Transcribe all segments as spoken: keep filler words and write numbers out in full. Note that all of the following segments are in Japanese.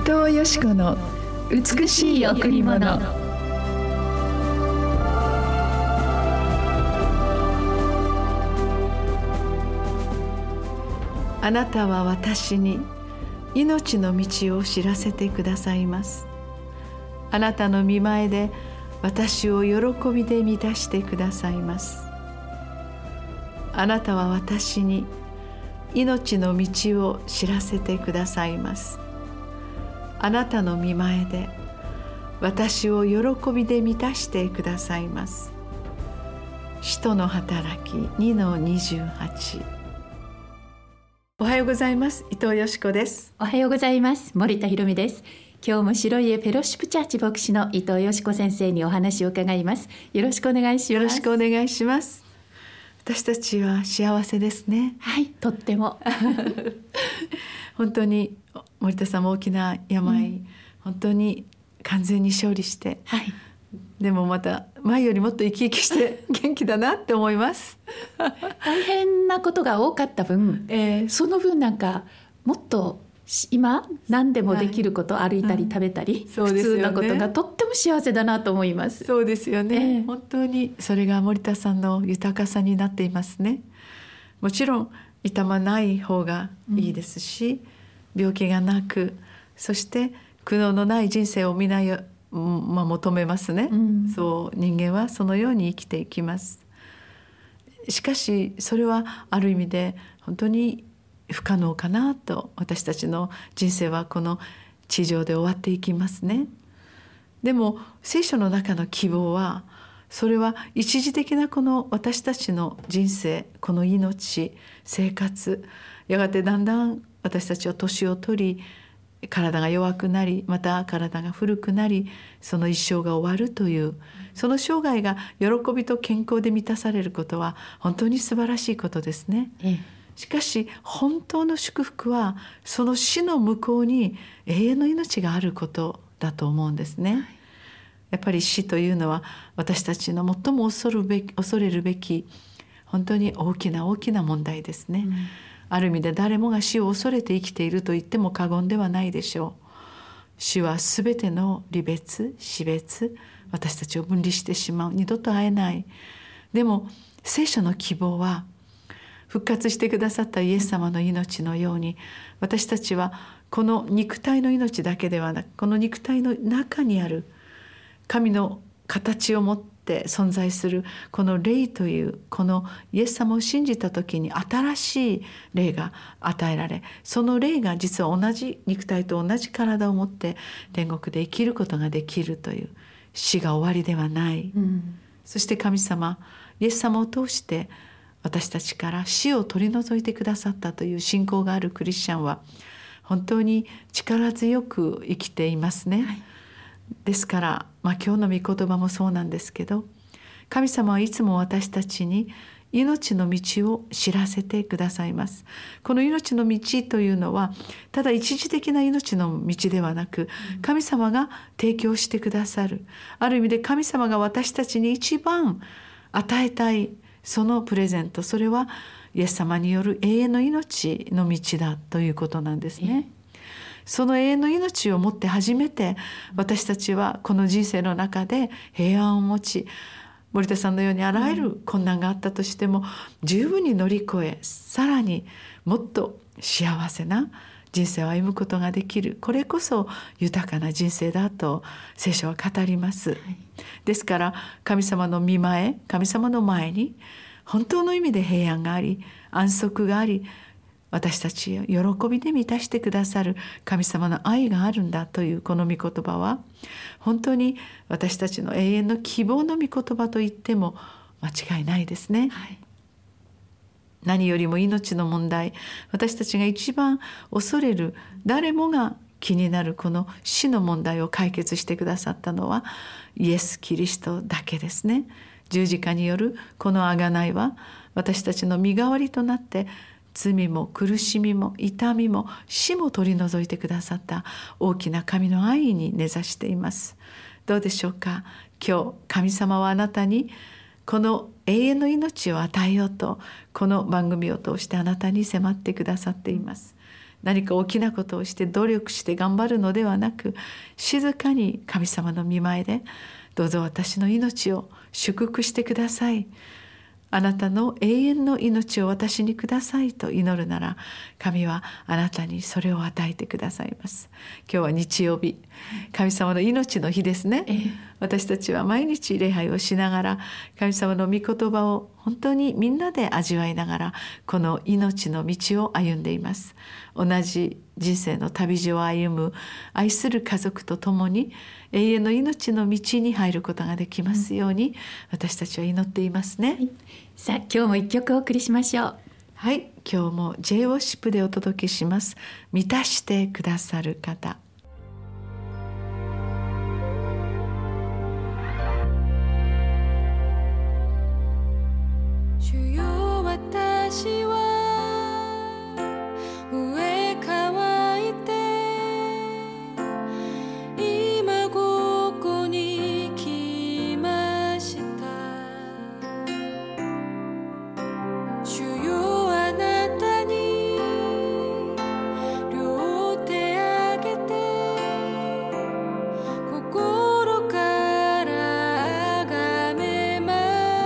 藤よし子の美しい贈り物。あなたは私に命の道を知らせてくださいます。あなたの御前で私を喜びで満たしてくださいます。あなたは私に命の道を知らせてくださいます。あなたの御前で私を喜びで満たしてくださいます。使徒の働き にのにじゅうはち。おはようございます。伊藤よし子です。 おはようございます。森田ひろみです。今日も白家フェローシップチャーチ牧師の伊藤よし子先生にお話を伺います。よろしくお願いします。 よろしくお願いします。私たちは幸せですね。 はい、とっても本当に森田さんも大きな病、うん、本当に完全に勝利して、 はい、 でもまた前よりもっと生き生きして元気だなって思います大変なことが多かった分、えー、その分なんかもっと今何でもできること、はい、歩いたり食べたり、うん、普通なことがとっても幸せだなと思います。 そうですよね、えー、本当にそれが森田さんの豊かさになっていますね。もちろん痛まない方がいいですし、うん、病気がなく、そして苦悩のない人生を皆よ、まあ、求めますね、うん、そう人間はそのように生きていきます。しかしそれはある意味で本当に不可能かなと、私たちの人生はこの地上で終わっていきますね。でも聖書の中の希望は、それは一時的なこの私たちの人生、この命、生活、やがてだんだん私たちは年を取り、体が弱くなり、また体が古くなり、その一生が終わるという、その生涯が喜びと健康で満たされることは本当に素晴らしいことですね。ええ、しかし本当の祝福はその死の向こうに永遠の命があることだと思うんですね。はい、やっぱり死というのは私たちの最も恐るべき、恐れるべき本当に大きな大きな問題ですね。うん、ある意味で誰もが死を恐れて生きていると言っても過言ではないでしょう。死はすべての離別、死別、私たちを分離してしまう、二度と会えない。でも聖書の希望は、復活してくださったイエス様の命のように、私たちはこの肉体の命だけではなく、この肉体の中にある神の形を持って存在するこの霊という、このイエス様を信じた時に新しい霊が与えられ、その霊が実は同じ肉体と同じ体を持って天国で生きることができるという、死が終わりではない、うん、そして神様イエス様を通して私たちから死を取り除いてくださったという信仰があるクリスチャンは本当に力強く生きていますね。はい、ですから、まあ、今日の御言葉もそうなんですけど、神様はいつも私たちに命の道を知らせてくださいます。この命の道というのはただ一時的な命の道ではなく、神様が提供してくださる、ある意味で神様が私たちに一番与えたいそのプレゼント、それはイエス様による永遠の命の道だということなんですね。その永遠の命をもって初めて私たちはこの人生の中で平安を持ち、森田さんのようにあらゆる困難があったとしても十分に乗り越え、さらにもっと幸せな人生を歩むことができる、これこそ豊かな人生だと聖書は語ります。はい、ですから神様の御前、神様の前に本当の意味で平安があり、安息があり、私たちを喜びで満たしてくださる神様の愛があるんだというこの御言葉は本当に私たちの永遠の希望の御言葉と言っても間違いないですね。はい、何よりも命の問題、私たちが一番恐れる、誰もが気になるこの死の問題を解決してくださったのはイエス・キリストだけですね。十字架によるこの贖いは私たちの身代わりとなって罪も苦しみも痛みも死も取り除いてくださった大きな神の愛に根ざしています。どうでしょうか。今日神様はあなたにこの永遠の命を与えようと、この番組を通してあなたに迫ってくださっています。 何か大きなことをして努力して頑張るのではなく、静かに神様の御前で、どうぞ私の命を祝福してください、あなたの永遠の命を私にくださいと祈るなら、神はあなたにそれを与えてくださいます。今日は日曜日、神様の命の日ですね、ええ、私たちは毎日礼拝をしながら、神様の御言葉を本当にみんなで味わいながら、この命の道を歩んでいます。同じ人生の旅路を歩む愛する家族と共に、永遠の命の道に入ることができますように、うん、私たちは祈っていますね、はい、 さあ今日も一曲お送りしましょう。 はい、今日も J ウォッシップでお届けします。満たしてくださる方。 主よ、私は飢え乾いて今ここに来ました。主よ、あなたに両手あげて心からあがめます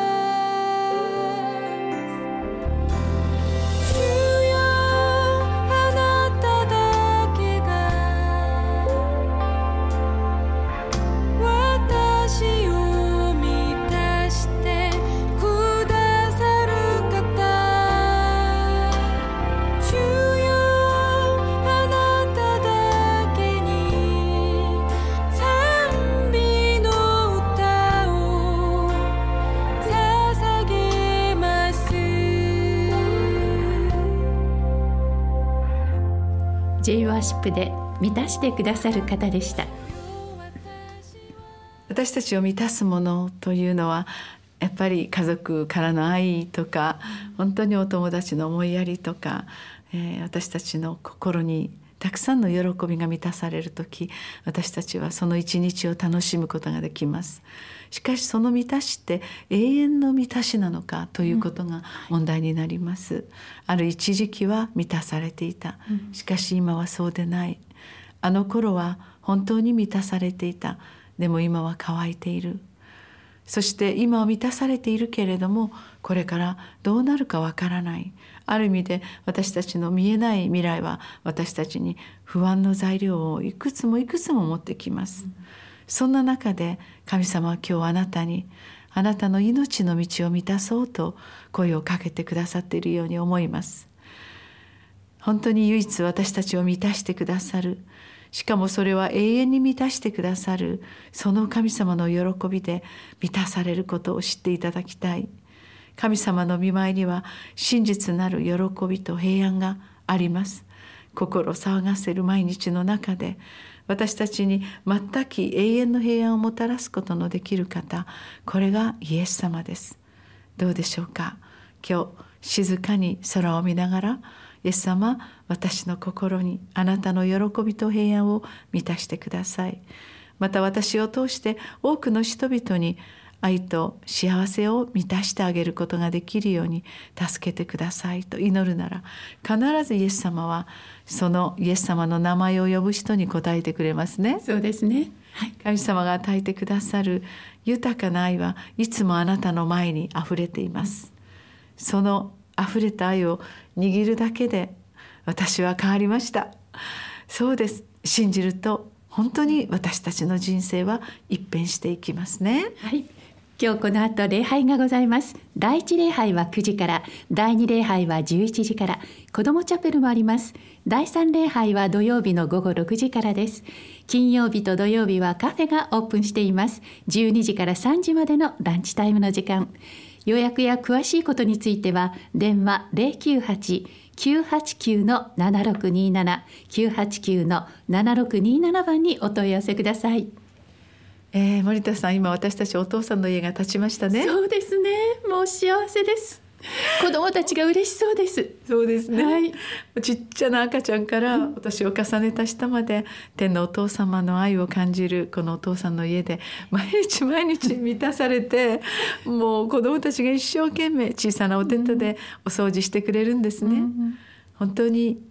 。主よ、あなただけが私を満たしてくださる方。主よ、あなただけに賛美の歌を捧げます。 J ワーシップで満たしてくださる方でした。 私たちを満たすものというのは、やっぱり家族からの愛とか、本当にお友達の思いやりとか、えー私たちの心にたくさんの喜びが満たされるとき、私たちはその一日を楽しむことができます。しかしその満たしって永遠の満たしなのかということが問題になります、うん、ある一時期は満たされていた、しかし今はそうでない。あの頃は本当に満たされていた。でも今は乾いている。そして今は満たされているけれども、これからどうなるかわからない。ある意味で私たちの見えない未来は私たちに不安の材料をいくつもいくつも持ってきます、うん、そんな中で神様は今日あなたに、あなたの命の道を満たそうと声をかけてくださっているように思います。本当に唯一私たちを満たしてくださる、しかもそれは永遠に満たしてくださる、その神様の喜びで満たされることを知っていただきたい。神様の御前には真実なる喜びと平安があります。心を騒がせる毎日の中で、私たちに全く永遠の平安をもたらすことのできる方、これがイエス様です。どうでしょうか。今日静かに空を見ながら、イエス様、私の心にあなたの喜びと平安を満たしてください。また私を通して多くの人々に愛と幸せを満たしてあげることができるように助けてくださいと祈るなら、必ずイエス様はそのイエス様の名前を呼ぶ人に答えてくれますね。 そうですね、はい、 神様が与えてくださる豊かな愛はいつもあなたの前にあふれています、うん、そのあふれた愛を握るだけで私は変わりました。そうです。信じると本当に私たちの人生は一変していきますね。 はい、今日この後礼拝がございます。第一礼拝はくじから、第二礼拝はじゅういちじから、子どもチャペルもあります。第三礼拝は土曜日の午後ろくじからです。金曜日と土曜日はカフェがオープンしています。じゅうにじからさんじまでのランチタイムの時間。予約や詳しいことについては電話 ゼロきゅうはち きゅうはちきゅう ななろくになな きゅうはちきゅう ななろくになな 番にお問い合わせください。 えー、森田さん、今私たちお父さんの家が建ちましたね。 そうですね、もう幸せです。子供たちが嬉しそうです。 そうですね、 はい、 ちっちゃな赤ちゃんからお年を重ねた下まで、天のお父様の愛を感じるこのお父さんの家で毎日毎日満たされてもう子供たちが一生懸命小さなおテントでお掃除してくれるんですね、うんうん、本当に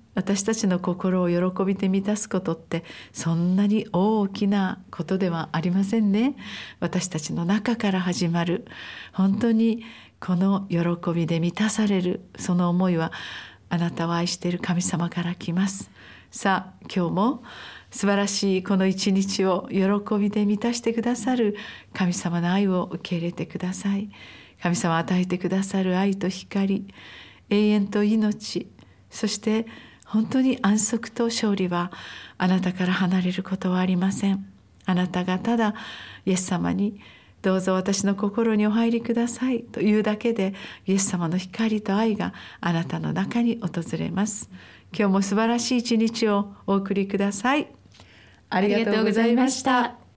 私たちの心を喜びで満たすことってそんなに大きなことではありませんね。私たちの中から始まる本当にこの喜びで満たされるその思いはあなたを愛している神様から来ます。さあ今日も素晴らしいこの一日を喜びで満たしてくださる神様の愛を受け入れてください。神様与えてくださる愛と光、永遠と命、そして本当に安息と勝利はあなたから離れることはありません。あなたがただイエス様にどうぞ私の心にお入りくださいというだけでイエス様の光と愛があなたの中に訪れます。今日も素晴らしい一日をお送りください。ありがとうございました。